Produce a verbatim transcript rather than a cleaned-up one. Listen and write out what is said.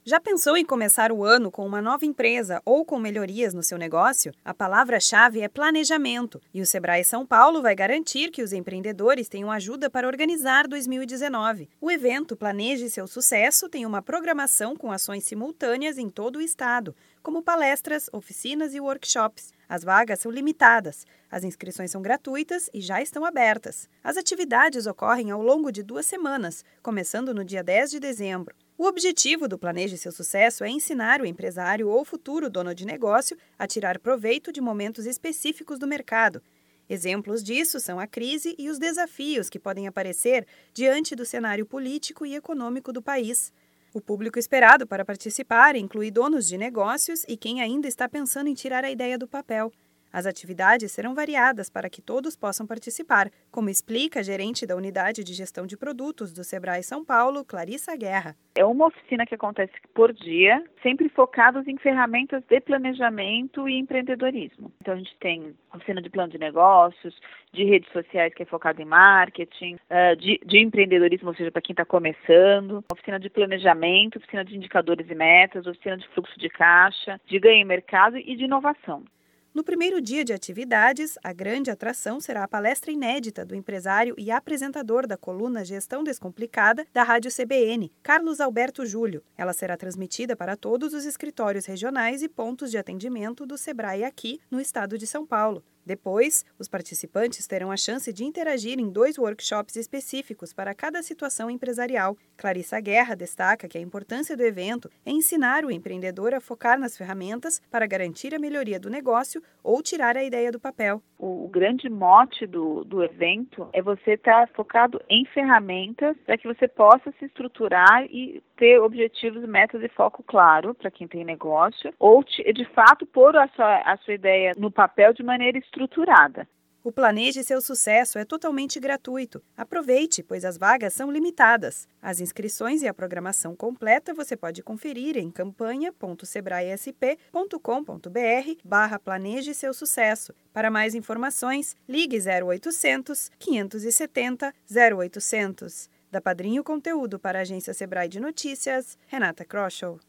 Já pensou em começar o ano com uma nova empresa ou com melhorias no seu negócio? A palavra-chave é planejamento e o Sebrae São Paulo vai garantir que os empreendedores tenham ajuda para organizar dois mil e dezenove. O evento Planeje Seu Sucesso tem uma programação com ações simultâneas em todo o estado, como palestras, oficinas e workshops. As vagas são limitadas, as inscrições são gratuitas e já estão abertas. As atividades ocorrem ao longo de duas semanas, começando no dia dez de dezembro. O objetivo do Planeje Seu Sucesso é ensinar o empresário ou futuro dono de negócio a tirar proveito de momentos específicos do mercado. Exemplos disso são a crise e os desafios que podem aparecer diante do cenário político e econômico do país. O público esperado para participar inclui donos de negócios e quem ainda está pensando em tirar a ideia do papel. As atividades serão variadas para que todos possam participar, como explica a gerente da Unidade de Gestão de Produtos do Sebrae São Paulo, Clarissa Guerra. É uma oficina que acontece por dia, sempre focados em ferramentas de planejamento e empreendedorismo. Então a gente tem oficina de plano de negócios, de redes sociais que é focado em marketing, de, de empreendedorismo, ou seja, para quem está começando, oficina de planejamento, oficina de indicadores e metas, oficina de fluxo de caixa, de ganho em mercado e de inovação. No primeiro dia de atividades, a grande atração será a palestra inédita do empresário e apresentador da coluna Gestão Descomplicada da Rádio C B N, Carlos Alberto Júlio. Ela será transmitida para todos os escritórios regionais e pontos de atendimento do Sebrae aqui no estado de São Paulo. Depois, os participantes terão a chance de interagir em dois workshops específicos para cada situação empresarial. Clarissa Guerra destaca que a importância do evento é ensinar o empreendedor a focar nas ferramentas para garantir a melhoria do negócio ou tirar a ideia do papel. O, o grande mote do, do evento é você estar focado em ferramentas para que você possa se estruturar e ter objetivos, metas e foco claro para quem tem negócio, ou de fato pôr a sua, a sua ideia no papel de maneira estruturada. O Planeje Seu Sucesso é totalmente gratuito. Aproveite, pois as vagas são limitadas. As inscrições e a programação completa você pode conferir em campanha ponto sebraesp ponto com ponto br barra Planeje Seu Sucesso. Para mais informações, ligue zero oitocentos, quinhentos e setenta, zero oitocentos. Da Padrinho Conteúdo para a Agência Sebrae de Notícias, Renata Kroschel.